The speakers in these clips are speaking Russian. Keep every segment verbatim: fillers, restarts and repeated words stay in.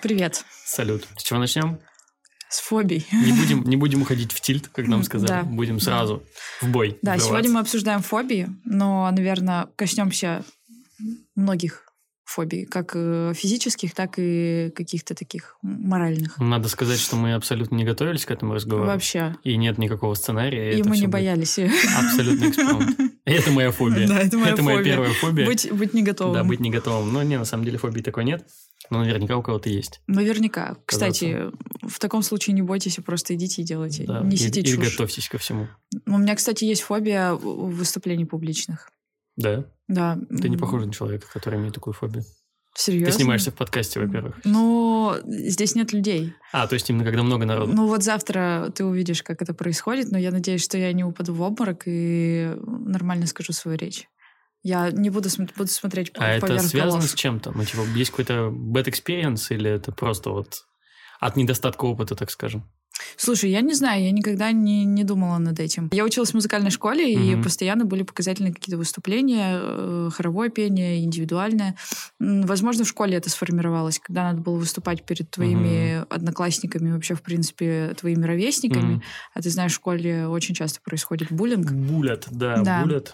Привет. Салют. С чего начнем? С фобий. Не будем, не будем уходить в тильт, как нам сказали. Да. Будем сразу в бой. Да, врываться. Сегодня мы обсуждаем фобии, но, наверное, коснемся многих фобий, как физических, так и каких-то таких моральных. Надо сказать, что мы абсолютно не готовились к этому разговору. Вообще. И нет никакого сценария. И, и мы не боялись. Абсолютно экспромт. Это моя фобия. Да, это моя это фобия. моя первая фобия. Быть, быть не готовым. Да, быть не готовым. Но не, на самом деле фобии такой нет. Но наверняка у кого-то есть. Наверняка. Кстати, Казаться. В таком случае не бойтесь, просто идите и делайте. Да, Несите и, чушь. И готовьтесь ко всему. У меня, кстати, есть фобия выступлений публичных. Да? Да. Ты не похож на человека, который имеет такую фобию. Серьезно? Ты снимаешься в подкасте, во-первых. Ну, здесь нет людей. А, то есть именно когда много народу. Ну, вот завтра ты увидишь, как это происходит, но я надеюсь, что я не упаду в обморок и нормально скажу свою речь. Я не буду, см- буду смотреть а поверх это связано голов. с чем-то? Ну, типа, есть какой-то bad experience или это просто вот от недостатка опыта, так скажем? Слушай, я не знаю, я никогда не, не думала над этим. Я училась в музыкальной школе, mm-hmm. и постоянно были показательные какие-то выступления, э, хоровое пение, индивидуальное. Возможно, в школе это сформировалось, когда надо было выступать перед твоими mm-hmm. одноклассниками, вообще, в принципе, твоими ровесниками. Mm-hmm. А ты знаешь, в школе очень часто происходит буллинг. Булят, да, да. булят.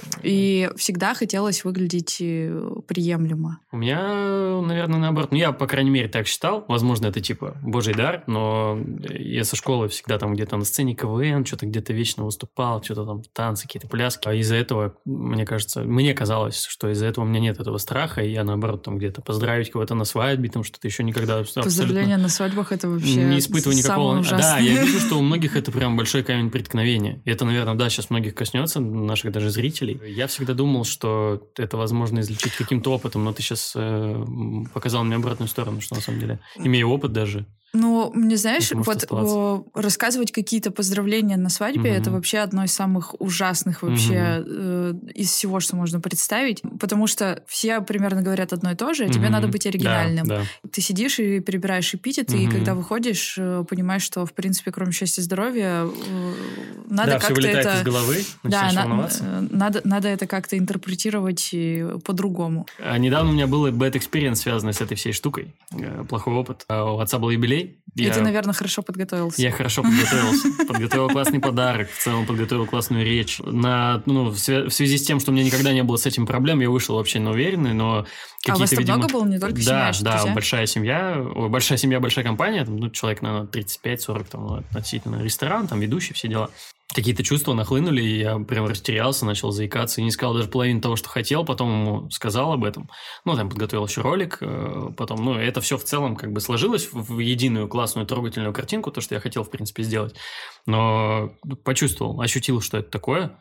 И всегда хотелось выглядеть приемлемо. У меня, наверное, наоборот. Ну, я, по крайней мере, так считал. Возможно, это типа божий дар, но я со школы всегда там где-то на сцене КВН, что-то где-то вечно выступал, что-то там танцы, какие-то пляски. А из-за этого, мне кажется, мне казалось, что из-за этого у меня нет этого страха, и я, наоборот, там где-то поздравить кого-то на свадьбе, там что-то еще никогда... Поздравления на свадьбах — это вообще не испытываю никакого... ужасное. Да, я вижу, что у многих это прям большой камень преткновения. И это, наверное, да, сейчас многих коснется, наших даже зрителей. Я всегда думал, что это возможно излечить каким-то опытом, но ты сейчас э, показал мне обратную сторону, что на самом деле, имея опыт даже... Ну, мне, знаешь, вот о, рассказывать какие-то поздравления на свадьбе, mm-hmm. это вообще одно из самых ужасных вообще mm-hmm. э, из всего, что можно представить, потому что все примерно говорят одно и то же, а mm-hmm. тебе надо быть оригинальным. Да, да. Ты сидишь и перебираешь эпитеты, mm-hmm. и когда выходишь, понимаешь, что, в принципе, кроме счастья и здоровья, надо да, как-то все вылетает это... из головы, да, начинаешь на... волноваться. Надо, надо это как-то интерпретировать по-другому. А недавно у меня был bad experience, связанный с этой всей штукой. Плохой опыт. У отца был юбилей. И я, ты, наверное, хорошо подготовился. Я хорошо подготовился. Подготовил классный подарок. В целом подготовил классную речь. На, ну, в связи с тем, что у меня никогда не было с этим проблем, я вышел вообще неуверенный, но какие-то, а у вас там видимо... много было, не только семья, да, да, друзья? большая семья. Большая семья, большая компания. Там, ну, человек, наверное, тридцать пять сорок, там, относительно ресторан, там, ведущий, все дела. Какие-то чувства нахлынули, и я прям растерялся, начал заикаться, и не сказал даже половину того, что хотел, потом ему сказал об этом. Ну, там, подготовил еще ролик, потом, ну, это все в целом как бы сложилось в единую классную трогательную картинку, то, что я хотел, в принципе, сделать. Но почувствовал, ощутил, что это такое,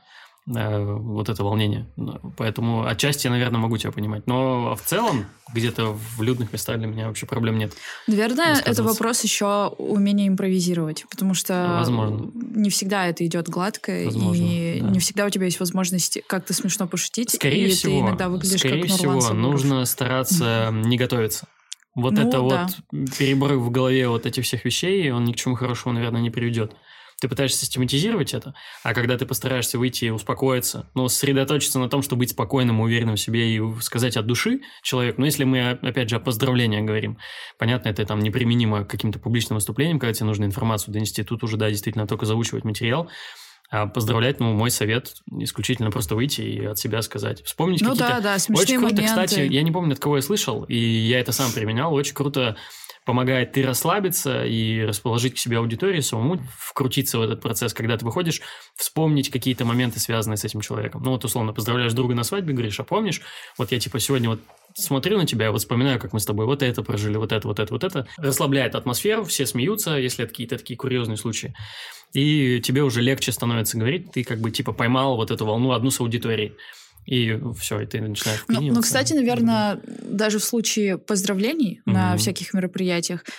вот это волнение. Поэтому отчасти я, наверное, могу тебя понимать. Но в целом, где-то в людных местах для меня вообще проблем нет. Наверное, это вопрос еще умения импровизировать, потому что Возможно. не всегда это идет гладко, Возможно, и да. не всегда у тебя есть возможность как-то смешно пошутить, скорее и всего, ты иногда выглядишь скорее как Нурлан всего, Сабуров. нужно стараться не готовиться. Вот ну, это да. вот перебор в голове вот этих всех вещей, он ни к чему хорошему, наверное, не приведет. Ты пытаешься систематизировать это, а когда ты постараешься выйти и успокоиться, ну, сосредоточиться на том, чтобы быть спокойным, уверенным в себе и сказать от души человеку, ну, если мы, опять же, о поздравлениях говорим, понятно, это там неприменимо к каким-то публичным выступлениям, когда тебе нужно информацию донести, тут уже, да, действительно, только заучивать материал, а поздравлять, ну, мой совет исключительно просто выйти и от себя сказать. Вспомнить ну, какие-то... да, да, смешные очень круто, моменты. Кстати, я не помню, от кого я слышал, и я это сам применял, очень круто помогает и расслабиться, и расположить к себе аудиторию, самому вкрутиться в этот процесс, когда ты выходишь, вспомнить какие-то моменты, связанные с этим человеком. Ну, вот, условно, поздравляешь друга на свадьбе, говоришь, а помнишь, вот я, типа, сегодня вот смотрю на тебя, вот вспоминаю, как мы с тобой вот это прожили, вот это, вот это, вот это. Расслабляет атмосферу, все смеются, если это какие-то такие курьезные случаи. И тебе уже легче становится говорить, ты как бы, типа, поймал вот эту волну одну с аудиторией. И все, и ты начинаешь вклиниваться. Ну, ну, кстати, наверное, даже в случае поздравлений mm-hmm. на всяких мероприятиях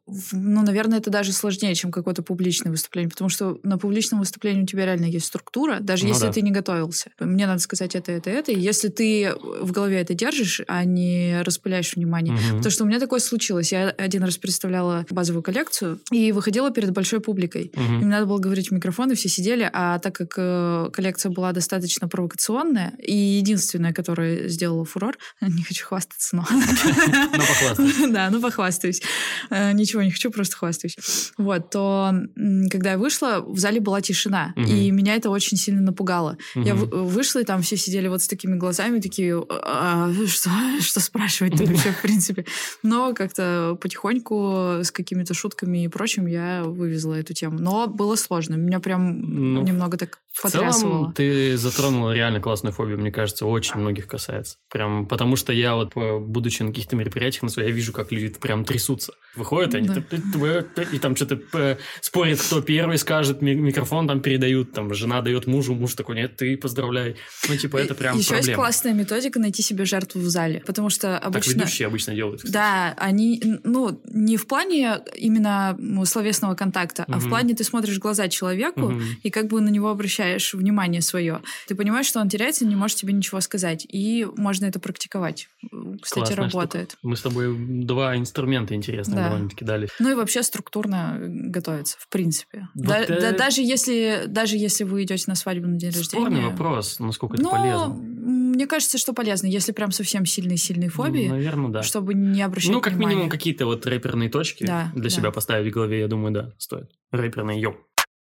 ну, наверное, это даже сложнее, чем какое-то публичное выступление, потому что на публичном выступлении у тебя реально есть структура, даже ну, если да. ты не готовился. Мне надо сказать это, это, это. И если ты в голове это держишь, а не распыляешь внимание. Угу. Потому что у меня такое случилось. Я один раз представляла базовую коллекцию и выходила перед большой публикой. Угу. И мне надо было говорить в микрофон, и все сидели, а так как э, коллекция была достаточно провокационная и единственная, которая сделала фурор, не хочу хвастаться, но... Ну, похвастаюсь. Да, ну, похвастаюсь. Ничего не хочу, просто хвастаюсь. Вот, то когда я вышла, в зале была тишина, и меня это очень сильно напугало. Я вышла, и там все сидели вот с такими глазами, такие, что, что спрашивать тут вообще, в принципе. Но как-то потихоньку с какими-то шутками и прочим я вывезла эту тему. Но было сложно. Меня прям ну, немного так потрясывало. В целом ты затронула реально классную фобию, мне кажется, очень многих касается. Прям потому что я вот, будучи на каких-то мероприятиях, я вижу, как люди прям трясутся. Выходят, они да. и там что-то спорят, кто первый скажет, микрофон там передают, там жена дает мужу, муж такой, нет, ты поздравляй. Ну, типа, это прям Еще проблема. Есть классная методика найти себе жертву в зале, потому что обычно... Так ведущие обычно делают. Кстати. Да, они, ну, не в плане именно ну, словесного контакта, угу. а в плане ты смотришь в глаза человеку угу. и как бы на него обращаешь внимание свое. Ты понимаешь, что он теряется, не может тебе ничего сказать, и можно это практиковать. Кстати, Классная работает. Штука. Мы с тобой два инструмента интересных да. довольно-таки дали. Ну и вообще структурно готовиться, в принципе. Вот да, это... да, даже, если, даже если вы идете на свадьбу на день рождения... Спорный вопрос, насколько это но... полезно. Мне кажется, что полезно, если прям совсем сильные-сильные фобии, наверное, да. чтобы не обращать внимания. Ну, как внимания. Минимум, какие-то вот рэперные точки да, для да. себя поставить в голове, я думаю, да, стоит. Рэперные, йоу.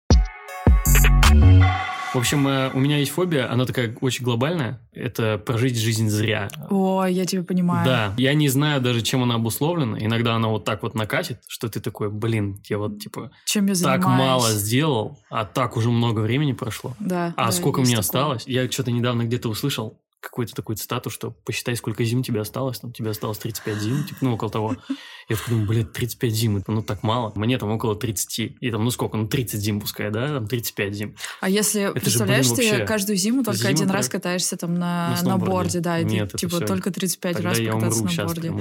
В общем, у меня есть фобия, она такая очень глобальная. Это прожить жизнь зря. О, я тебя понимаю. Да, я не знаю даже, чем она обусловлена. Иногда она вот так вот накатит, что ты такой, блин, я вот типа чем я так мало сделал, а так уже много времени прошло. Да. А да, сколько мне такое. осталось? Я что-то недавно где-то услышал какую-то такую цитату, что посчитай, сколько зим тебе осталось. Там тебе осталось тридцать пять зим, типа, ну, около того. Я такой думаю, блин, тридцать пять зим, это ну так мало. Мне там около тридцати. И там, ну сколько, ну тридцать зим пускай, да? Там тридцать пять зим. А если, это представляешь, же, блин, ты каждую зиму только зиму один про... раз катаешься там на, на, на борде, да, и Нет, ты, типа, все. только тридцать пять Тогда раз я покататься умру на сейчас, борде.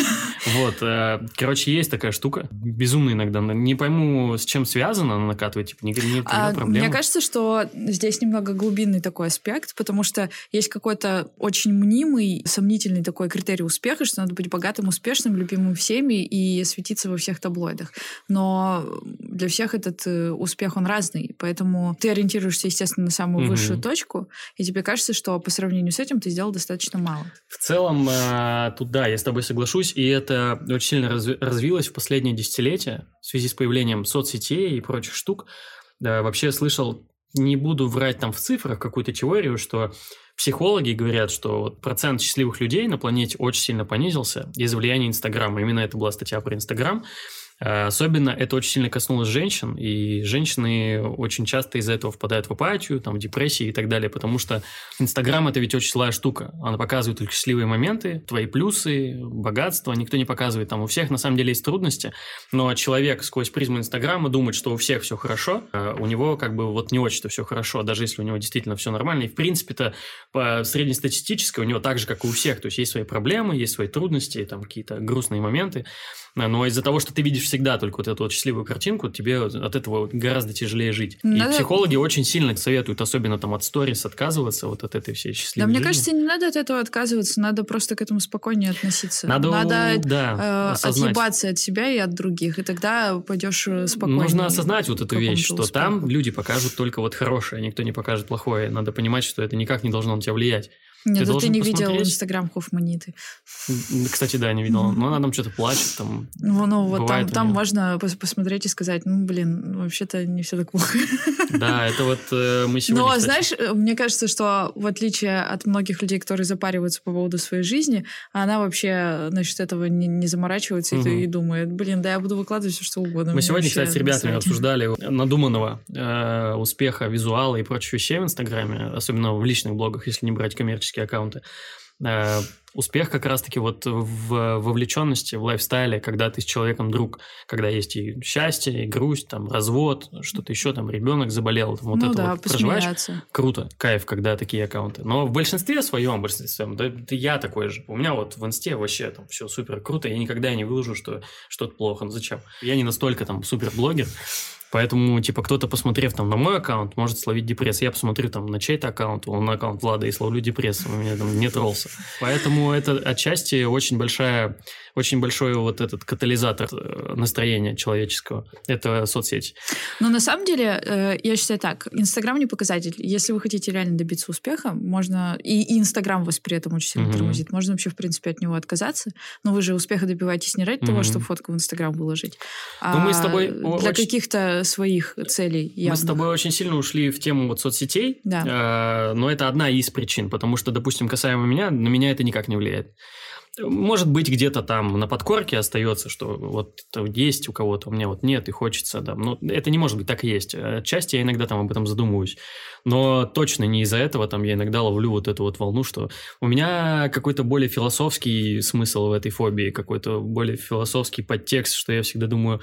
Вот, короче, есть такая штука. Безумно иногда. Не пойму, с чем связано, она накатывает, типа, не а, проблема. Мне кажется, что здесь немного глубинный такой аспект, потому что есть какой-то очень мнимый, сомнительный такой критерий успеха, что надо быть богатым, успешным, любимым всеми и светиться во всех таблоидах. Но для всех этот э, успех, он разный, поэтому ты ориентируешься, естественно, на самую угу. высшую точку, и тебе кажется, что по сравнению с этим ты сделал достаточно мало. В целом, э, тут да, я с тобой соглашусь, и это очень сильно разви- развилось в последние десятилетия в связи с появлением соцсетей и прочих штук. Да, вообще слышал, не буду врать там в цифрах, какую-то теорию, что психологи говорят, что вот процент счастливых людей на планете очень сильно понизился из-за влияния Инстаграма. Именно это была статья про Инстаграм. Особенно это очень сильно коснулось женщин, и женщины очень часто из-за этого впадают в апатию, там, в депрессию и так далее, потому что Инстаграм – это ведь очень злая штука. Она показывает только счастливые моменты, твои плюсы, богатство, никто не показывает. Там у всех на самом деле есть трудности, но человек сквозь призму Инстаграма думает, что у всех все хорошо, а у него как бы вот не очень-то все хорошо, даже если у него действительно все нормально. И в принципе-то по среднестатистической у него так же, как и у всех, то есть есть свои проблемы, есть свои трудности, там какие-то грустные моменты. Но из-за того, что ты видишь всегда только вот эту вот счастливую картинку, тебе от этого гораздо тяжелее жить. Надо... И психологи очень сильно советуют, особенно там от сторис, отказываться вот от этой всей счастливой Да, мне жизни. кажется, не надо от этого отказываться, надо просто к этому спокойнее относиться. Надо, надо да, э, отъебаться от себя и от других, и тогда пойдешь спокойнее. Нужно осознать вот эту вещь, что успеху. Там люди покажут только вот хорошее, никто не покажет плохое. Надо понимать, что это никак не должно на тебя влиять. Нет, ты, да ты не посмотреть... видел Инстаграм Хофманиты. Кстати, да, не видел. Но она там что-то плачет. Там ну, ну вот там, там можно посмотреть и сказать, ну, блин, вообще-то не все так плохо. Да, это вот э, мы сегодня... Но, кстати... знаешь, мне кажется, что в отличие от многих людей, которые запариваются по поводу своей жизни, она вообще насчет этого не, не заморачивается угу. и, и думает, блин, да я буду выкладывать все, что угодно. Мы сегодня, кстати, с ребятами настроить. обсуждали надуманного э, успеха визуала и прочих вещей в Инстаграме, особенно в личных блогах, если не брать коммерческие аккаунты. Э, успех как раз-таки вот в вовлеченности, в лайфстайле, когда ты с человеком друг, когда есть и счастье, и грусть, там, развод, что-то еще, там, ребенок заболел, там, вот ну это да, вот проживаешь. Посмеяться. Круто, кайф, когда такие аккаунты. Но в большинстве своем, в большинстве своем, да, да я такой же. У меня вот в инсте вообще там все супер круто, я никогда не выложу, что что-то плохо. Ну зачем? Я не настолько там супер блогер. Поэтому, типа, кто-то, посмотрев там на мой аккаунт, может словить депрессию. Я посмотрю там на чей-то аккаунт, он на аккаунт Влада, и словлю депрессию. У меня там нет ролса. Поэтому это отчасти очень большая, очень большой вот этот катализатор настроения человеческого. Это соцсети. Но на самом деле, я считаю так, Инстаграм не показатель. Если вы хотите реально добиться успеха, можно... И Инстаграм вас при этом очень сильно mm-hmm. тормозит. Можно вообще, в принципе, от него отказаться. Но вы же успеха добиваетесь не ради mm-hmm. того, чтобы фотку в Инстаграм выложить, а ну, мы с тобой для очень... каких-то своих целей явных. Мы с тобой очень сильно ушли в тему вот соцсетей, да. э, но это одна из причин, потому что, допустим, касаемо меня, на меня это никак не влияет. Может быть, где-то там на подкорке остается, что вот есть у кого-то, у меня вот нет и хочется, да. Но это не может быть, так и есть. Отчасти я иногда там об этом задумываюсь. Но точно не из-за этого там я иногда ловлю вот эту вот волну, что у меня какой-то более философский смысл в этой фобии, какой-то более философский подтекст, что я всегда думаю,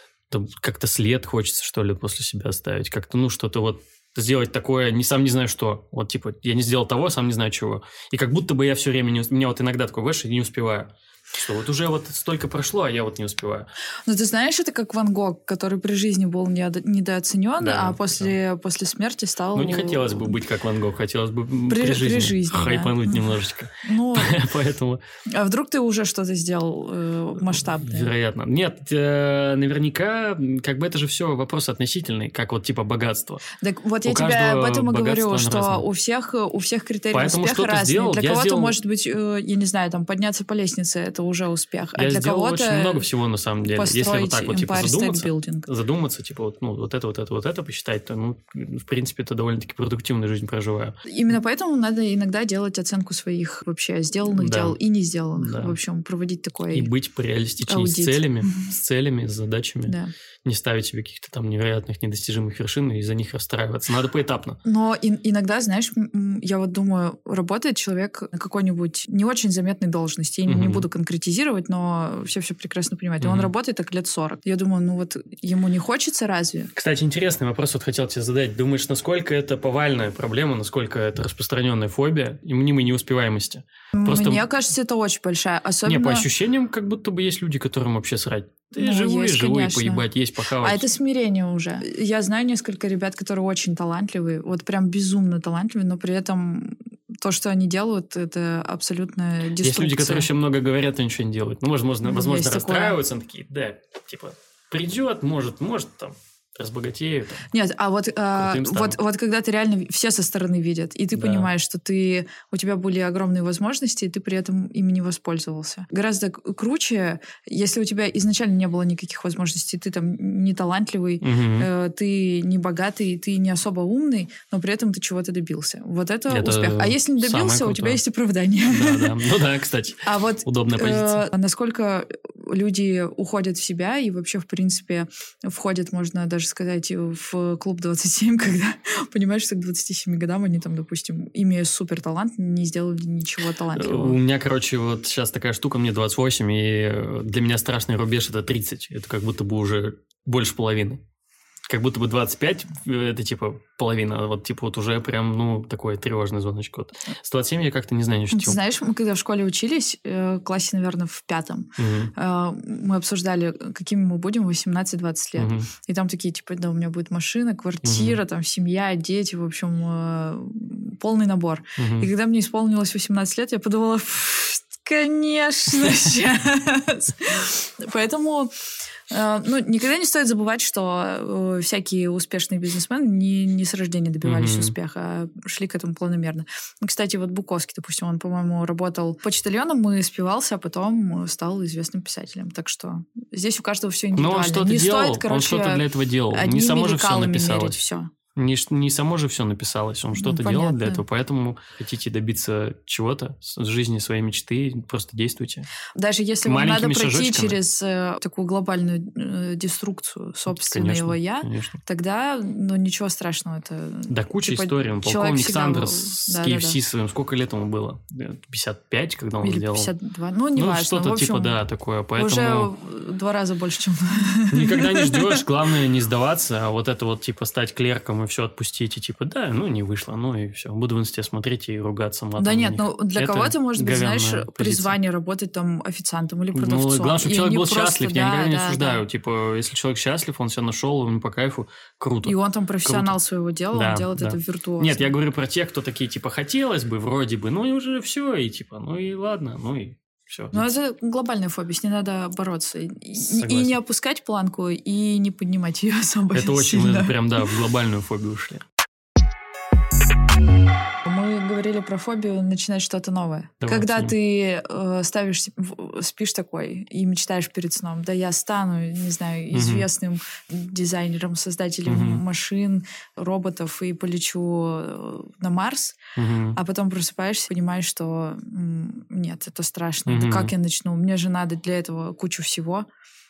как-то след хочется, что ли, после себя оставить. Как-то, ну, что-то вот сделать такое, не сам не знаю что. Вот, типа, я не сделал того, сам не знаю чего. И как будто бы я все время не... У меня вот иногда такое, знаешь, не успеваю. Что вот уже вот столько прошло, а я вот не успеваю. Ну, ты знаешь, это как Ван Гог, который при жизни был недооценен, да, а после, да. после смерти стал... Ну, не хотелось бы быть как Ван Гог, хотелось бы при, при жизни, при жизни хайпануть да. немножечко. Ну, поэтому... А вдруг ты уже что-то сделал э, масштабное? Вероятно. Нет, э, наверняка, как бы это же все вопрос относительный, как вот типа богатство. Так вот я тебе об этом и говорю, что у всех, у всех критерии Поэтому успеха разные. Сделал, Для кого-то сделал... может быть, э, я не знаю, там подняться по лестнице, это уже успех. Я а для сделал кого-то очень много всего, на самом деле. Если вот так вот типа задуматься, задуматься, типа вот, ну, вот это, вот это, вот это посчитать, то, ну, в принципе, это довольно-таки продуктивную жизнь проживаю. Именно поэтому надо иногда делать оценку своих вообще сделанных да. дел и не сделанных. Да. В общем, проводить такой И быть реалистичнее с целями, с целями, с задачами. Да. Не ставить себе каких-то там невероятных, недостижимых вершин и из-за них расстраиваться. Надо поэтапно. Но и, иногда, знаешь, я вот думаю, работает человек на какой-нибудь не очень заметной должности. Я угу. не буду конкретизировать, но все-все прекрасно понимают. И угу. он работает так лет сорок. Я думаю, ну вот ему не хочется разве? Кстати, интересный вопрос вот хотел тебе задать. Думаешь, насколько это повальная проблема, насколько это распространенная фобия и мнимой неуспеваемости? Просто... Мне кажется, это очень большая. Особенно... Не, по ощущениям, как будто бы есть люди, которым вообще срать. Ты ну, живой, есть, живой, конечно. поебать, есть, похавать. А это смирение уже. Я знаю несколько ребят, которые очень талантливые, вот прям безумно талантливые, но при этом то, что они делают, это абсолютно деструкция. Есть люди, которые еще много говорят, а ничего не делают. Ну, возможно, возможно есть расстраиваются, такое. Такие, да, типа, придет, может, может, там, разбогатеют. Нет, а вот, а, вот, вот когда ты реально все со стороны видят, и ты да. понимаешь, что ты, у тебя были огромные возможности, и ты при этом ими не воспользовался. Гораздо круче, если у тебя изначально не было никаких возможностей, ты там не талантливый, угу. э, ты не богатый, ты не особо умный, но при этом ты чего-то добился. Вот это, это успех. А если не добился, у тебя есть оправдание. Да, да. Ну да, кстати, а вот, удобная позиция. Э, насколько люди уходят в себя и вообще, в принципе, входят, можно даже сказать, в клуб двадцать семь, когда понимаешь, что к двадцати семи годам они там, допустим, имея супер талант, не сделали ничего талантливого. У меня, короче, вот сейчас такая штука, мне двадцать восемь, и для меня страшный рубеж – это тридцать. Это как будто бы уже больше половины. Как будто бы двадцать пять – это типа половина, а вот типа вот уже прям, ну, такой тревожный звоночек. Вот. С двадцать семь я как-то не знаю ничего. Знаешь, мы когда в школе учились, в классе, наверное, в пятом, угу. мы обсуждали, какими мы будем в восемнадцать-двадцать лет. Угу. И там такие, типа, да, у меня будет машина, квартира, угу. там, семья, дети, в общем, полный набор. Угу. И когда мне исполнилось восемнадцать лет, я подумала, конечно, сейчас. Поэтому... Ну, никогда не стоит забывать, что э, всякие успешные бизнесмены не, не с рождения добивались mm-hmm. успеха, а шли к этому планомерно. Кстати, вот Буковский, допустим, он, по-моему, работал почтальоном и спивался, а потом стал известным писателем. Так что здесь у каждого все индивидуально. Но он что-то не делал, стоит, короче, он что-то для этого делал. Не само же все написалось. Все. Не, не само же все написалось, он что-то ну, делал для этого, поэтому хотите добиться чего-то с жизни, своей мечты, просто действуйте. Даже если вам надо пройти через э, такую глобальную э, деструкцию собственного «я», конечно. Тогда ну, ничего страшного. Это, да куча типа, историй. Полковник Сандерс с да, кей эф си да, да. своим, сколько лет ему было? пятьдесят пять, когда он Или сделал? пятьдесят два, ну не ну, важно. что-то общем, типа, да, такое. Поэтому... Уже два раза больше, чем... Никогда не ждешь, главное не сдаваться, а вот это вот типа стать клерком и все отпустить, и типа, да, ну не вышло, ну и все. Буду в инсте смотреть и ругаться матом. Да нет, ну для это кого-то, может быть, знаешь, позиция. Призвание работать там официантом или продавцом. Ну, главное, чтобы человек был просто, счастлив, да, я никогда да, не осуждаю. Да. Типа, если человек счастлив, он все нашел, ему по кайфу, круто. И он там профессионал круто. своего дела, да, он делает да. это виртуозно. Нет, я говорю про тех, кто такие, типа, хотелось бы, вроде бы, ну и уже все, и типа, ну и ладно, ну и все. Ну, это глобальная фобия, с ней надо бороться. И, и не опускать планку, и не поднимать ее особо Это очень, мы прям, да, в глобальную фобию ушли. Мы говорили про фобию начинать что-то новое. Давай, Когда всем. ты э, ставишь, спишь такой и мечтаешь перед сном, да я стану, не знаю, известным угу. дизайнером, создателем угу. машин, роботов и полечу на Марс, угу. а потом просыпаешься, понимаешь, что м, нет, это страшно. Угу. Да как я начну? Мне же надо для этого кучу всего,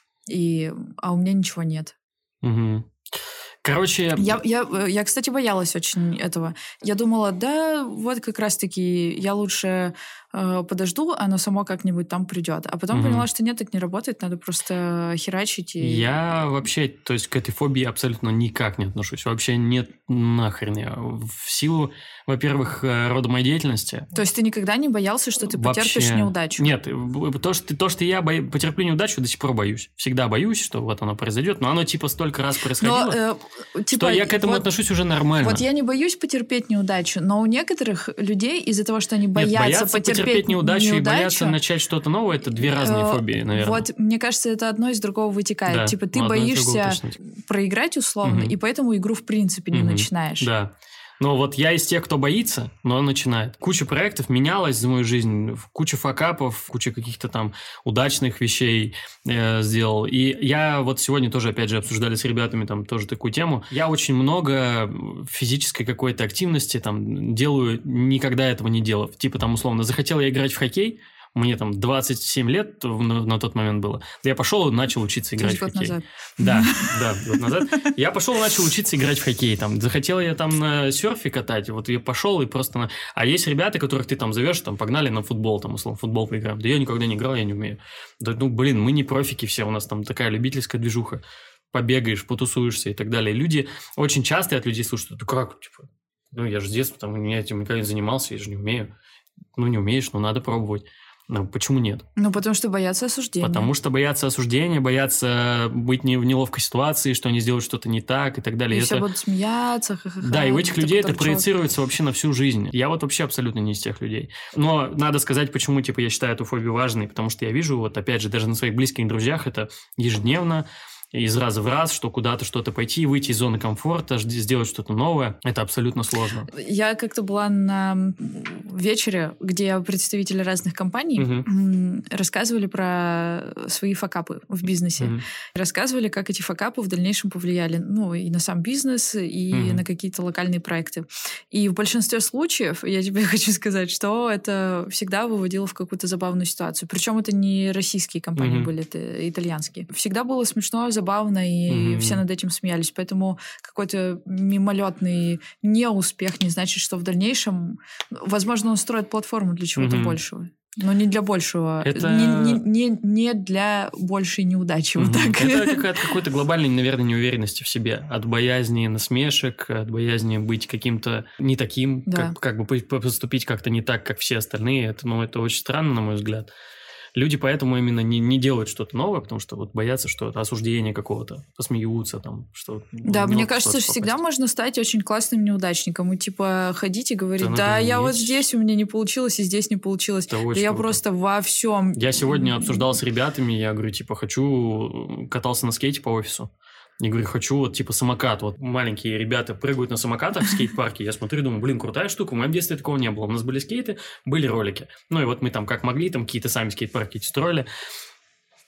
и, а у меня ничего нет. Угу. Короче... Я, я, я, кстати, боялась очень этого. Я думала, да, вот как раз-таки я лучше э, подожду, оно само как-нибудь там придет. А потом угу. поняла, что нет, так не работает, надо просто херачить. И... Я вообще, то есть к этой фобии абсолютно никак не отношусь. Вообще нет нахрен. Я в силу, во-первых, рода моей деятельности. То есть ты никогда не боялся, что ты вообще... потерпишь неудачу? Нет, то, что, то, что я бо... потерплю неудачу, до сих пор боюсь. Всегда боюсь, что вот оно произойдет, но оно типа столько раз происходило, но, э, типа, что я к этому вот, отношусь уже нормально. Вот я не боюсь потерпеть неудачу, но у некоторых людей из-за того, что они боятся, Нет, боятся потерпеть, потерпеть неудачу, неудачу и бояться начать что-то новое, это две разные э, фобии, наверное. Вот, мне кажется, это одно из другого вытекает. Да, типа ты боишься проиграть условно, угу. и поэтому игру в принципе не угу. начинаешь. Да. Но вот я из тех, кто боится, но начинает. Куча проектов менялась за мою жизнь, куча факапов, куча каких-то там удачных вещей э, сделал. И я вот сегодня тоже, опять же, обсуждали с ребятами там тоже такую тему. Я очень много физической какой-то активности там делаю, никогда этого не делал. Типа там, условно, захотел я играть в хоккей, мне там двадцать семь лет на, на тот момент было. Я пошел и начал учиться играть в хоккей. Назад. Да, да, год назад. Я пошел и начал учиться играть в хоккей. Там, захотел я там на серфе катать, вот я пошел и просто... На... А есть ребята, которых ты там зовешь, там, погнали на футбол, там, условно, футбол поиграем. Да я никогда не играл, я не умею. Да, ну, блин, мы не профики все, у нас там такая любительская движуха. Побегаешь, потусуешься и так далее. Люди очень часто от людей слушают, да как, типа, ну, я же с детства там, я этим никогда не занимался, я же не умею. Ну, не умеешь, но надо пробовать. Ну, почему нет? Ну, потому что боятся осуждения. Потому что боятся осуждения, боятся быть не в неловкой ситуации, что они сделают что-то не так и так далее. И это... все будут смеяться, ха-ха-ха. Да, и у этих людей это проецируется вообще на всю жизнь. Я вот вообще абсолютно не из тех людей. Но надо сказать, почему, типа, я считаю эту фобию важной, потому что я вижу, вот опять же, даже на своих близких друзьях это ежедневно, из раза в раз, что куда-то что-то пойти, выйти из зоны комфорта, сделать что-то новое, это абсолютно сложно. Я как-то была на вечере, где представители разных компаний угу. рассказывали про свои факапы в бизнесе. Угу. Рассказывали, как эти факапы в дальнейшем повлияли, ну, и на сам бизнес, и угу. на какие-то локальные проекты. И в большинстве случаев, я тебе хочу сказать, что это всегда выводило в какую-то забавную ситуацию. Причем это не российские компании угу. были, это итальянские. Всегда было смешно, забавно, и mm-hmm. все над этим смеялись. Поэтому какой-то мимолетный неуспех не значит, что в дальнейшем... Возможно, он строит платформу для чего-то mm-hmm. большего. Но не для большего. Это... Не, не, не, не для большей неудачи. Mm-hmm. Вот так. Это какая-то какой-то глобальной, наверное, неуверенности в себе. От боязни насмешек, от боязни быть каким-то не таким, да. как, как бы поступить как-то не так, как все остальные. Это, ну, это очень странно, на мой взгляд. Люди поэтому именно не, не делают что-то новое, потому что вот боятся, что это осуждение какого-то, посмеются там, что... Да, мне кажется, всегда можно стать очень классным неудачником и типа ходить и говорить, да, да я есть. Вот здесь у меня не получилось, и здесь не получилось. Да я круто. Просто во всем. Я сегодня обсуждал с ребятами, я говорю, типа, хочу... Катался на скейте по офису. Я говорю, хочу вот типа самокат. Вот маленькие ребята прыгают на самокатах в скейт-парке. Я смотрю, думаю, блин, крутая штука. В моем детстве такого не было. У нас были скейты, были ролики. Ну и вот мы там как могли, там какие-то сами скейт-парки строили.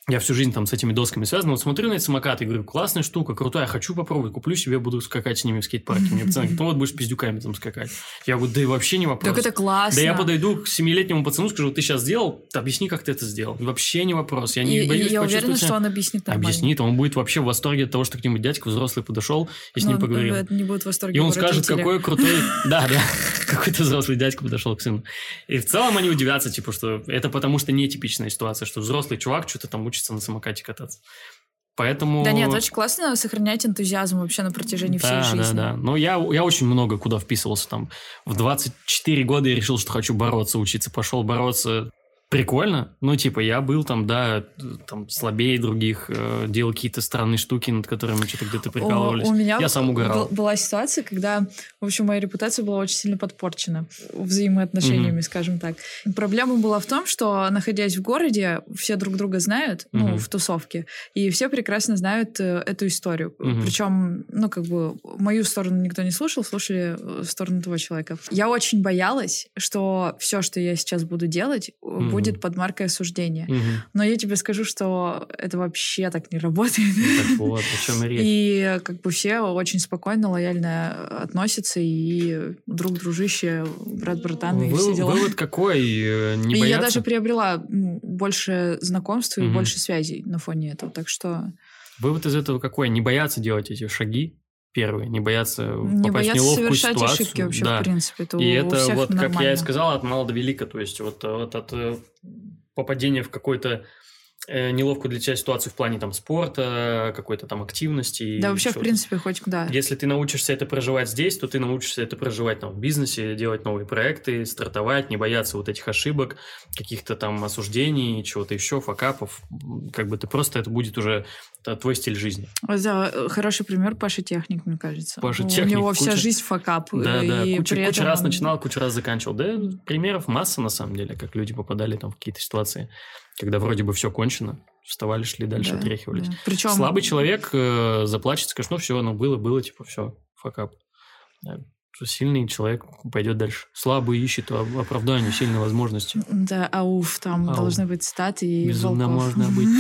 Я всю жизнь там с этими досками связан. Вот смотрю на эти самокаты и говорю, классная штука, крутая, хочу попробовать, куплю себе, буду скакать с ними в скейт-парке. Мне пацаны говорят, ну вот будешь пиздюками там скакать. Я говорю, да и вообще не вопрос. Так это классно. Да я подойду к семилетнему пацану, скажу, ты сейчас сделал, объясни, как ты это сделал. Вообще не вопрос. Я не и, боюсь и я уверена, себя... что он объяснит нормально. Объяснит, он будет вообще в восторге от того, что к нему дядька взрослый подошел и с Но ним он, поговорил. Это не будет в восторге. И он скажет, какой крутой... Да, да, какой-то взрослый дядька подошел к сыну. И в целом они удивятся, типа, что это потому что нетипичная ситуация, что взрослый чувак что-то там учится на самокате кататься. Поэтому... Да нет, очень классно сохранять энтузиазм вообще на протяжении да, всей жизни. Да, да, но я, я очень много куда вписывался. Там, в двадцать четыре года я решил, что хочу бороться, учиться. Пошел бороться. Прикольно. Ну, типа, я был там, да, там, слабее других, э, делал какие-то странные штуки, над которыми что-то где-то прикалывались. У, у меня я сам угорал. Б- была ситуация, когда, в общем, моя репутация была очень сильно подпорчена взаимоотношениями, mm-hmm. скажем так. Проблема была в том, что, находясь в городе, все друг друга знают, mm-hmm. ну, в тусовке, и все прекрасно знают э, эту историю. Mm-hmm. Причем, ну, как бы, мою сторону никто не слушал, слушали сторону того человека. Я очень боялась, что все, что я сейчас буду делать, mm-hmm. будет под маркой осуждения. Угу. Но я тебе скажу, что это вообще так не работает. Так вот, о чем и речь. И как бы все очень спокойно, лояльно относятся, и друг дружище, брат-братан, и все дела. Вывод какой? Не бояться? И я даже приобрела больше знакомств и угу. больше связей на фоне этого, так что... Вывод из этого какой? Не бояться делать эти шаги, первые, не бояться не попасть бояться в неловкую совершать ситуацию. Ошибки вообще, да. в принципе. Это и у это всех вот, нормально. как я и сказал, от мала до велика. То есть вот, вот от попадения в какой-то э, неловкую для тебя ситуацию в плане там спорта, какой-то там активности. Да, вообще, в принципе, хоть куда. Если ты научишься это проживать здесь, то ты научишься это проживать там в бизнесе, делать новые проекты, стартовать, не бояться вот этих ошибок, каких-то там осуждений, чего-то еще, факапов. Как бы ты просто, это будет уже твой стиль жизни. Да, хороший пример Паша Техник, мне кажется. Паша У Техник. него куча... вся жизнь факап. Да, и да, куча, при куча этом раз он... начинал, куча раз заканчивал. Да, примеров масса, на самом деле, как люди попадали там в какие-то ситуации, когда вроде бы все кончено, вставали, шли дальше, да, отряхивались. Да. Причем... Слабый человек э, заплачет, скажет, ну все, ну было, было, типа все, факап. Да. Сильный человек пойдет дальше. Слабый ищет оправдание, сильные возможности. Да, ауф, там ауф. Должны быть статы и безумно волков. Можно быть.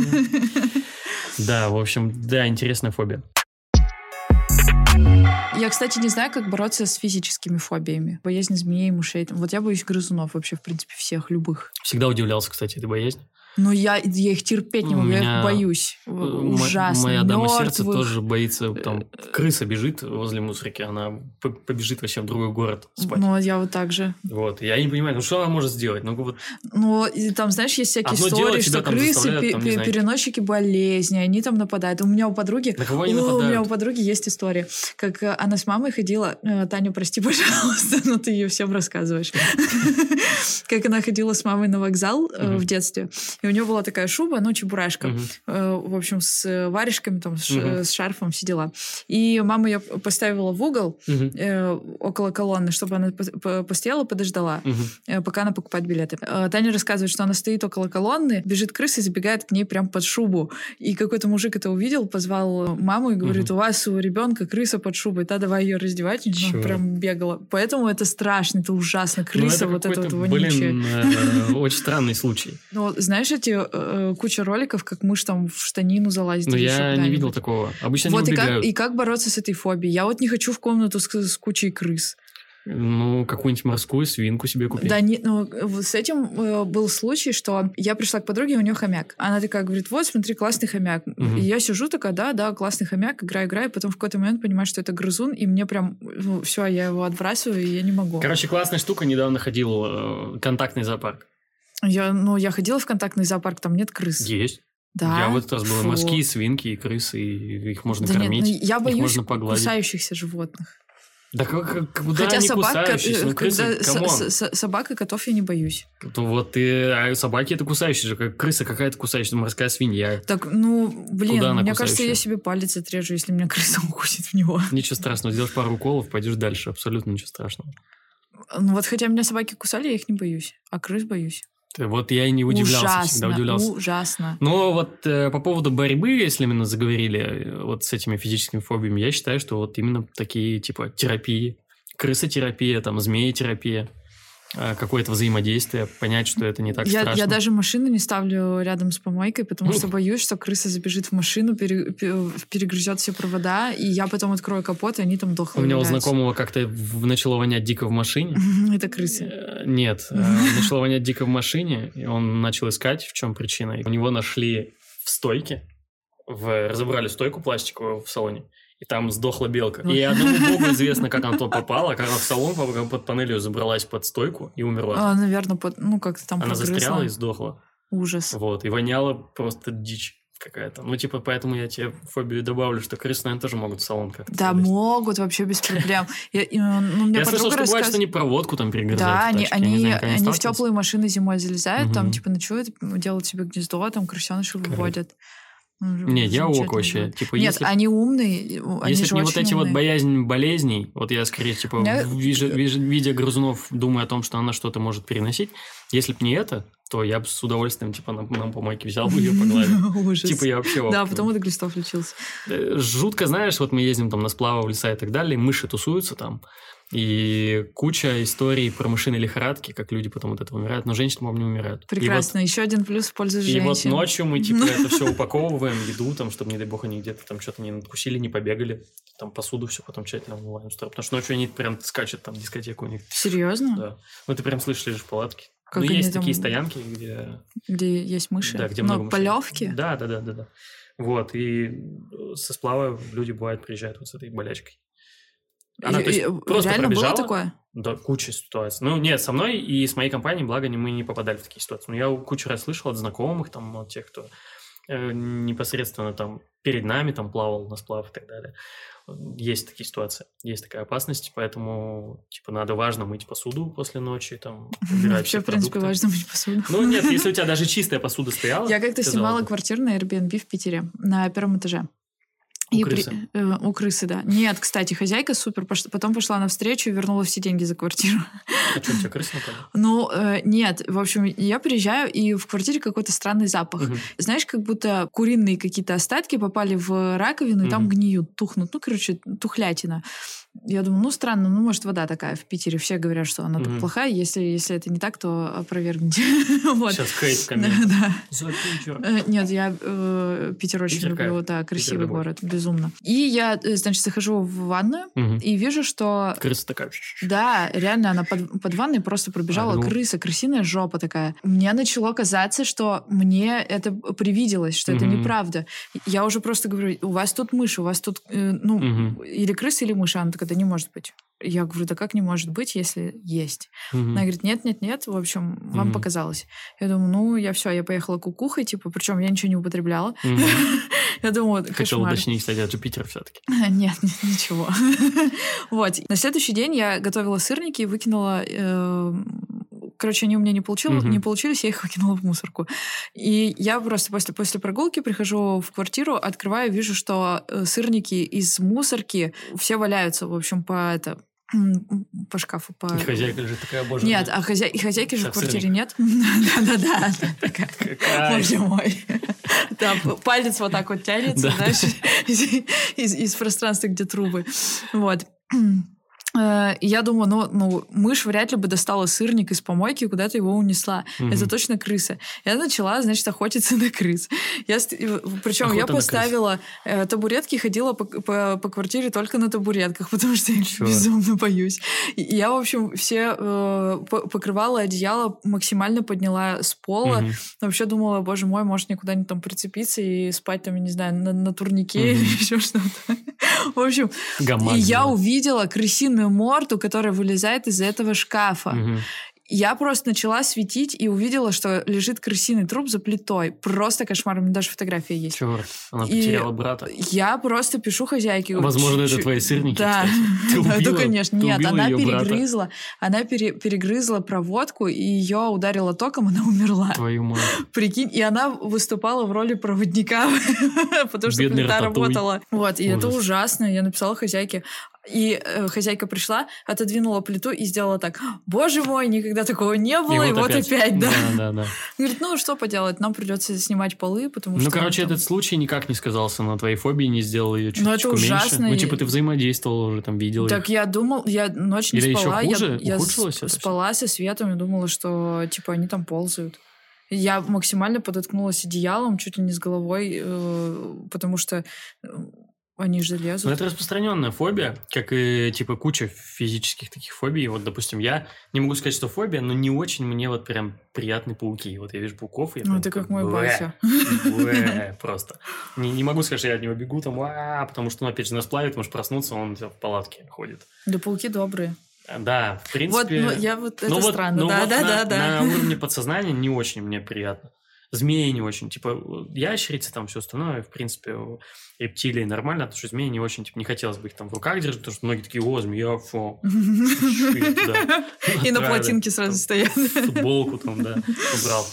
Да, в общем, да, интересная фобия. Я, кстати, не знаю, как бороться с физическими фобиями. Боязнь змей, мышей. Вот я боюсь грызунов вообще, в принципе, всех, любых. Всегда удивлялся, кстати, этой боязни. Но я, я их терпеть не могу, я их боюсь. Ужасно. Моя дама сердца тоже боится. Там крыса бежит возле мусорки, она побежит вообще в другой город спать. Ну, я вот так же. Вот. Я не понимаю, ну что она может сделать? Ну, вот... ну там, знаешь, есть всякие Одно истории, что крысы, пе- там, переносчики болезни, они там нападают. У меня у подруги... На кого они О, нападают? У меня у подруги есть история. Как она с мамой ходила... Таня, прости, пожалуйста, но ты ее всем рассказываешь. Как она ходила с мамой на вокзал в детстве. И у нее была такая шуба, ну, чебурашка. Uh-huh. В общем, с варежками, там, uh-huh. с шарфом, все дела. И мама ее поставила в угол uh-huh. э, около колонны, чтобы она постояла, подождала, uh-huh. пока она покупает билеты. Таня рассказывает, что она стоит около колонны, бежит крыса и забегает к ней прям под шубу. И какой-то мужик это увидел, позвал маму и говорит, uh-huh. у вас у ребенка крыса под шубой, да, давай ее раздевать. И она прям бегала. Поэтому это страшно, это ужасно. Крыса, ну, это вот это вот вонючее. Блин, э, очень странный случай. Ну, знаешь, эти э, куча роликов, как мышь там в штанину залазит. Ну, я не видел такого. Обычно вот не и убегают. как, и как бороться с этой фобией? Я вот не хочу в комнату с, с кучей крыс. Ну, какую-нибудь морскую свинку себе купить. Да, не, ну, с этим э, был случай, что я пришла к подруге, у нее хомяк. Она такая говорит, вот, смотри, классный хомяк. Угу. И я сижу такая, да, да, классный хомяк, играю, играю, и потом в какой-то момент понимаю, что это грызун, и мне прям, ну, все, я его отбрасываю, и я не могу. Короче, классная штука, недавно ходил э, контактный зоопарк. Я, ну, я ходила в контактный зоопарк, там нет крыс. Есть. Да? Я в этот раз был морские свинки и крысы, и их можно да кормить, нет, ну, я боюсь их можно погладить. Кусающихся животных. Да как, куда Хотя они собак, кусающиеся? Ну, крысы, когда, с, с, собак и котов я не боюсь. То вот ты, а собаки это кусающие же, как крыса какая-то кусающая, морская свинья. Так, ну, блин, Куда мне она кажется, я себе палец отрежу, если меня крыса укусит в него. Ничего страшного, сделаешь пару уколов, пойдешь дальше, абсолютно ничего страшного. Ну вот хотя меня собаки кусали, я их не боюсь, а крыс боюсь. Вот я и не удивлялся, ужасно, всегда удивлялся. Ужасно. Но вот э, по поводу борьбы, если именно заговорили вот с этими физическими фобиями, я считаю, что вот именно такие, типа, терапии, крысотерапия, там, змеетерапия, какое-то взаимодействие, понять, что это не так я, страшно. Я даже машину не ставлю рядом с помойкой, потому что боюсь, что крыса забежит в машину, пере, перегрызет все провода, и я потом открою капот, и они там дохлые. У меня у валяются. знакомого как-то начало вонять дико в машине. Это крысы. Нет, начало вонять дико в машине, и он начал искать, в чем причина. У него нашли в стойке, в, разобрали стойку пластиковую в салоне, и там сдохла белка. И одному богу известно, как она туда попала, как она в салон под панелью забралась под стойку и умерла. А, наверное, под, ну как-то там Она прогрызла. застряла и сдохла. Ужас. Вот, и воняла просто дичь какая-то. Ну, типа, поэтому я тебе фобию добавлю, что крысы, наверное, тоже могут в салон как-то. Да, залезть. Могут, вообще без проблем. Я, ну, мне я слышал, что рассказ... бывает, что они проводку там перегрызают. Да, они, тачке. они, знаю, они в теплые машины зимой залезают, угу. там, типа, ночуют, делают себе гнездо, там крысеныши выводят. Не, я ок вообще. Типа, Нет, если, они умные. Они если не вот эти умные. вот боязнь болезней, вот я скорее, типа, меня... вижу, вижу, видя грызунов, думаю о том, что она что-то может переносить. Если бы не это, то я бы с удовольствием, типа, на, на помойке взял бы ее, погладил. Ужас. Типа, я вообще... Да, потом до глистов лечился. Жутко, знаешь, вот мы ездим там на сплавы в леса и так далее, мыши тусуются там, и куча историй про мышиные лихорадки, как люди потом от этого умирают, но женщины, по-моему, не умирают. Прекрасно. Вот, еще один плюс в пользу женщин. И вот ночью мы, типа, это все упаковываем, еду, там, чтобы, не дай бог, они где-то там что-то не надкусили, не побегали, там, посуду все потом тщательно умываем. Потому что ночью они прям скачут, там, дискотеку у них. Серьезно? Да. Ну, ты прям слышишь, лежишь в палатке. Как ну, есть там... такие стоянки, где... Где есть мыши? Да, где ну, много мышей. полевки? Да, да, да, да, да. Вот, и со сплава люди, бывают, приезжают вот с этой болячкой. Она, и, то есть, просто реально пробежала. было такое? Да, куча ситуаций. Ну, нет, со мной и с моей компанией, благо, мы не попадали в такие ситуации. Но я кучу раз слышал от знакомых, там, от тех, кто э, непосредственно там перед нами там плавал на сплав и так далее. Есть такие ситуации, есть такая опасность, поэтому, типа, надо важно мыть посуду после ночи, там, убирать все Вообще, в принципе, важно мыть посуду. Ну, нет, если у тебя даже чистая посуда стояла... Я как-то снимала квартиру на Airbnb в Питере, на первом этаже. У и крысы? При, э, у крысы, да. Нет, кстати, хозяйка супер. Пош... Потом пошла навстречу и вернула все деньги за квартиру. А что, у тебя крысы напали? Ну, э, нет. В общем, я приезжаю, и в квартире какой-то странный запах. Угу. Знаешь, как будто куриные какие-то остатки попали в раковину, и угу. там гниют, тухнут. Ну, короче, тухлятина. Я думаю, ну, странно, ну, может, вода такая в Питере. Все говорят, что она mm-hmm. плохая. Если, если это не так, то опровергните. вот. Сейчас хейт в комментах. да. За Питер. Нет, я э, Питер очень Питер люблю. кайф. Да, красивый Питер город, безумно. И я, значит, захожу в ванную mm-hmm. и вижу, что... Крыса такая. Да, реально, она под, под ванной просто пробежала а, ну... крыса, крысиная жопа такая. Мне начало казаться, что мне это привиделось, что mm-hmm. это неправда. Я уже просто говорю, у вас тут мышь, у вас тут, э, ну, mm-hmm. или крыса, или мышь. Она такая, да не может быть. Я говорю, да как не может быть, если есть? Mm-hmm. Она говорит, нет-нет-нет, в общем, вам mm-hmm. показалось. Я думаю, ну, я все, я поехала кукухой, типа, причем я ничего не употребляла. Mm-hmm. я думаю, кошмар. Хотела уточнить, кстати, от Юпитера все-таки. Нет, нет, ничего. вот. На следующий день я готовила сырники и выкинула... Э- Короче, они у меня не, получил, uh-huh. не получились, я их выкинула в мусорку. И я просто после, после прогулки прихожу в квартиру, открываю, вижу, что сырники из мусорки все валяются, в общем, по это... по шкафу. По... И хозяйка же такая, боже Нет, мой. а хозя... и хозяйки же в квартире нет. Да-да-да. Боже мой. Палец вот так вот тянется, знаешь, из пространства, где трубы. Вот. Я думаю, ну, ну, мышь вряд ли бы достала сырник из помойки и куда-то его унесла. Mm-hmm. Это точно крыса. Я начала, значит, охотиться на крыс. Я, причем Охота я поставила э, табуретки, ходила по, по, по квартире только на табуретках, потому что я Чё? безумно боюсь. И я, в общем, все э, покрывала одеяло, максимально подняла с пола. Mm-hmm. Вообще думала, боже мой, может никуда-нибудь там прицепиться и спать там, я не знаю, на, на турнике mm-hmm. или еще что-то. В общем, Гамак, и я да. увидела крысиную морду, которая вылезает из этого шкафа. Угу. Я просто начала светить и увидела, что лежит крысиный труп за плитой. Просто кошмар. У меня даже фотография есть. Черт, она потеряла и брата. Я просто пишу хозяйке. Возможно, Чуть-чуть. это твои сырники, да. кстати. Ты убила, да, конечно. ты Нет, она перегрызла. Брата. Она пере, перегрызла проводку, и ее ударило током, она умерла. Твою мать. Прикинь, и она выступала в роли проводника, потому что Бедный плита рататуй. работала. Вот, и Ужас. Это ужасно. Я написала хозяйке. И э, хозяйка пришла, отодвинула плиту и сделала так. Боже мой, никогда такого не было, и, и вот, вот опять, опять да. да. Да, да. Говорит, ну что поделать, нам придется снимать полы, потому ну, что... Ну, короче, там... этот случай никак не сказался на твоей фобии, не сделал ее чуточку ну, это ужасно. меньше. Ну, типа, ты взаимодействовала уже, там, видела Так их. я думал, я ночь не Или спала. еще хуже? Я, Ухудшилось я спала со светом и думала, что, типа, они там ползают. Я максимально подоткнулась одеялом чуть ли не с головой, э, потому что... Они же лезут. Но это распространенная фобия, как и, типа, куча физических таких фобий. Вот, допустим, я не могу сказать, что фобия, но не очень мне вот прям приятны пауки. Вот я вижу пауков, и я ну, прям... это как мой батя. Просто. Не, не могу сказать, что я от него бегу, там, потому что, ну, опять же, нас плавит, можешь проснуться, он в палатке ходит. Да пауки добрые. Да, в принципе... Вот, ну, я вот... Это ну, странно. Вот, да, ну, да, вот да, на, да. на уровне подсознания не очень мне приятно. Змеи не очень, типа, ящерицы, там, все остальное, в принципе, рептилии нормально, потому что змеи не очень, типа, не хотелось бы их там в руках держать, потому что многие такие, о, змея, фу. И на плотинке сразу стоят. Футболку там, да, убрал.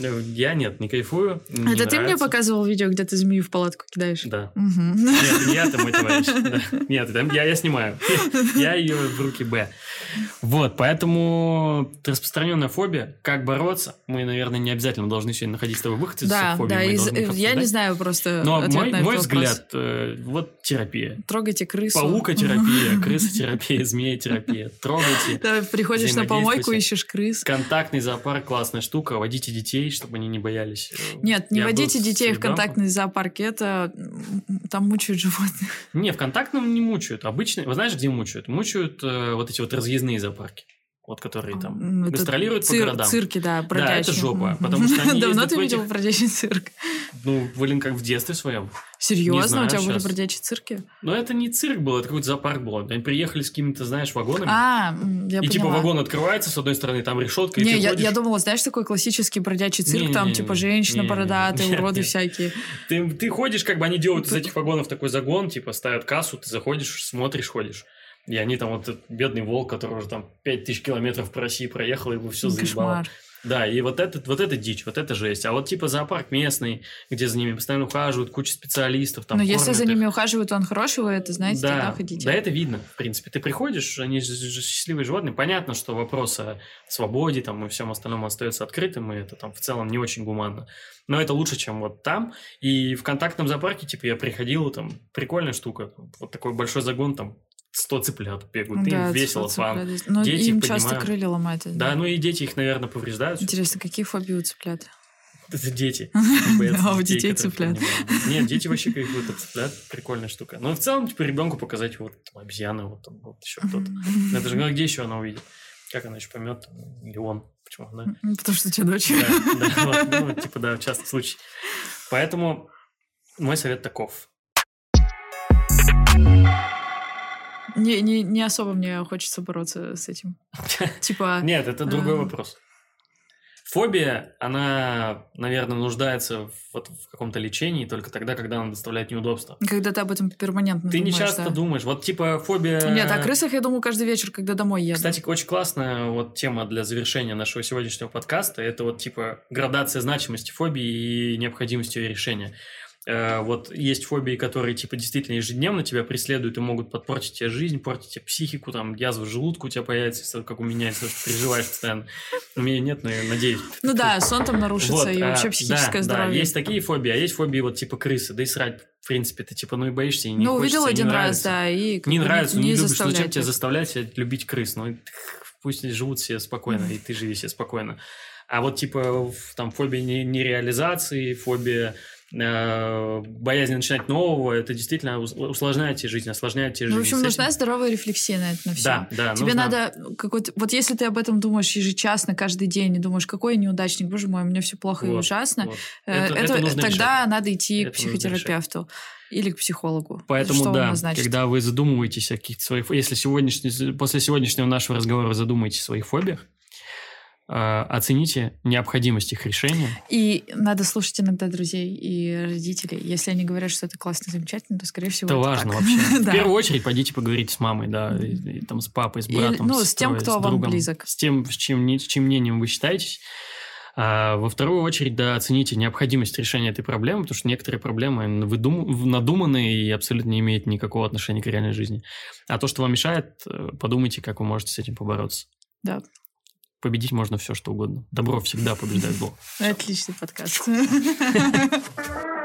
Я нет, не кайфую. Не Это ты нравится. мне показывал видео, где ты змею в палатку кидаешь? Да. Угу. Нет, не я, это мой товарищ. Да. Нет, это я, я снимаю. Я ее в руки Б. Вот, поэтому распространенная фобия. Как бороться? Мы, наверное, не обязательно должны сегодня находить с тобой выход из да, фобии. Да, из, я обсуждать. не знаю просто. Но ответ мой, на этот мой вопрос. взгляд, э, вот терапия. Трогайте крысу. Паукотерапия, крысотерапия, змеетерапия. Трогайте. Да, приходишь на помойку, ищешь крыс. Контактный зоопарк классная штука. Водите детей, чтобы они не боялись. Нет, не Я водите детей в контактный зоопарк. Это там мучают животных. Не, в контактном не мучают. Обычно, вы знаешь, где мучают? Мучают э, вот эти вот разъездные зоопарки. Вот которые там это гастролируют цир, по городам. Цирки, да, бродячие. Да, это жопа, потому что они Давно ездят ты в видел этих... бродячий цирк? Ну, блин, как в детстве своем. Серьезно? знаю, у тебя были сейчас. бродячие цирки? Ну, это не цирк был, это какой-то зоопарк был. Они приехали с какими-то, знаешь, вагонами. А, я И поняла. типа вагон открывается, с одной стороны, там решетка, не, и ты я, ходишь... я думала, знаешь, такой классический бродячий цирк, Не, не, там не, типа не, женщина не, бородатые, не, не. уроды Нет, всякие. Ты, ты ходишь, как бы они делают из этих вагонов такой загон, типа ставят кассу, ты заходишь, смотришь, ходишь. И они там, вот этот бедный волк, который уже там пять тысяч километров по России проехал, его все заебало. Кошмар. Да, и вот это, вот это дичь, вот это жесть. А вот типа зоопарк местный, где за ними постоянно ухаживают, куча специалистов. Там, Но если за их. ними ухаживают, он хороший, вы это знаете, да, тогда ходите. Да, это видно, в принципе. Ты приходишь, они же, же счастливые животные. Понятно, что вопрос о свободе там, и всем остальном остается открытым, и это там в целом не очень гуманно. Но это лучше, чем вот там. И в контактном зоопарке, типа, я приходил, там, прикольная штука. Вот такой большой загон, там, сто цыплят бегают. Да, им весело, фан. Но дети им их часто поднимают. крылья ломают. Да, ну и дети их, наверное, повреждают. Интересно, какие фобии у цыплят? Это дети. Да, у детей цыплят. Нет, дети вообще кайфуют от цыплят. Прикольная штука. Но в целом, типа, ребенку показать вот обезьяны, вот там вот еще кто-то. Это же, ну, где еще она увидит? Как она еще поймет? Или он? Почему? Да? Потому что у тебя дочь. Да, да, вот, ну, типа, да, частый случай. Поэтому мой совет таков. Не, не, не особо мне хочется бороться с этим. Типа... Нет, это другой вопрос. Фобия, она, наверное, нуждается в, вот, в каком-то лечении только тогда, когда она доставляет неудобства. Когда ты об этом перманентно ты думаешь. Ты не часто да. думаешь. Вот типа фобия... Нет, о крысах я думаю каждый вечер, когда домой еду. Кстати, очень классная вот тема для завершения нашего сегодняшнего подкаста. Это вот типа градация значимости фобии и необходимости ее решения. Вот есть фобии, которые типа действительно ежедневно тебя преследуют и могут подпортить тебе жизнь, портить тебе психику, там язва желудка у тебя появится, как у меня, если ты переживаешь постоянно. У меня нет, но я надеюсь. Ну да, сон там нарушится, вот, и вообще психическое да, здоровье. Да, есть такие фобии, а есть фобии вот типа крысы, да и срать, в принципе, ты типа ну и боишься, и не ну, хочется, увидел один не раз, нравится. да, и... Не нравится, не, не любишь, зачем тебя их. заставлять любить крыс, ну пусть живут себе спокойно, и ты живи себе спокойно. А вот типа там фобия нереализации, фобия... боязнь начинать нового, это действительно усложняет тебе жизнь, осложняет тебе жизнь. Ну, в общем, нужна здоровая рефлексия на это, на все. Да, да. Тебе нужно... надо какой-то... Вот если ты об этом думаешь ежечасно, каждый день, и думаешь, какой я неудачник, боже мой, у меня все плохо вот, и ужасно, вот. это, это, это тогда решать. Надо идти это к психотерапевту или к психологу. Поэтому, что да, когда вы задумываетесь о каких-то своих... Если сегодняшний... после сегодняшнего нашего разговора задумаетесь о своих фобиях, оцените необходимость их решения. И надо слушать иногда друзей и родителей. Если они говорят, что это классно, замечательно, то, скорее всего, это, это важно так. вообще. Да. В первую очередь пойдите поговорите с мамой, да, и, и, там, с папой, с братом, и, ну, с, с тем, кто с вам другом, близок. С тем, с чьим, с чьим мнением вы считаетесь. А во вторую очередь, да, оцените необходимость решения этой проблемы, потому что некоторые проблемы выдум... надуманные и абсолютно не имеют никакого отношения к реальной жизни. А то, что вам мешает, подумайте, как вы можете с этим побороться. Да. Победить можно все, что угодно. Добро всегда побеждает зло. Отличный подкаст.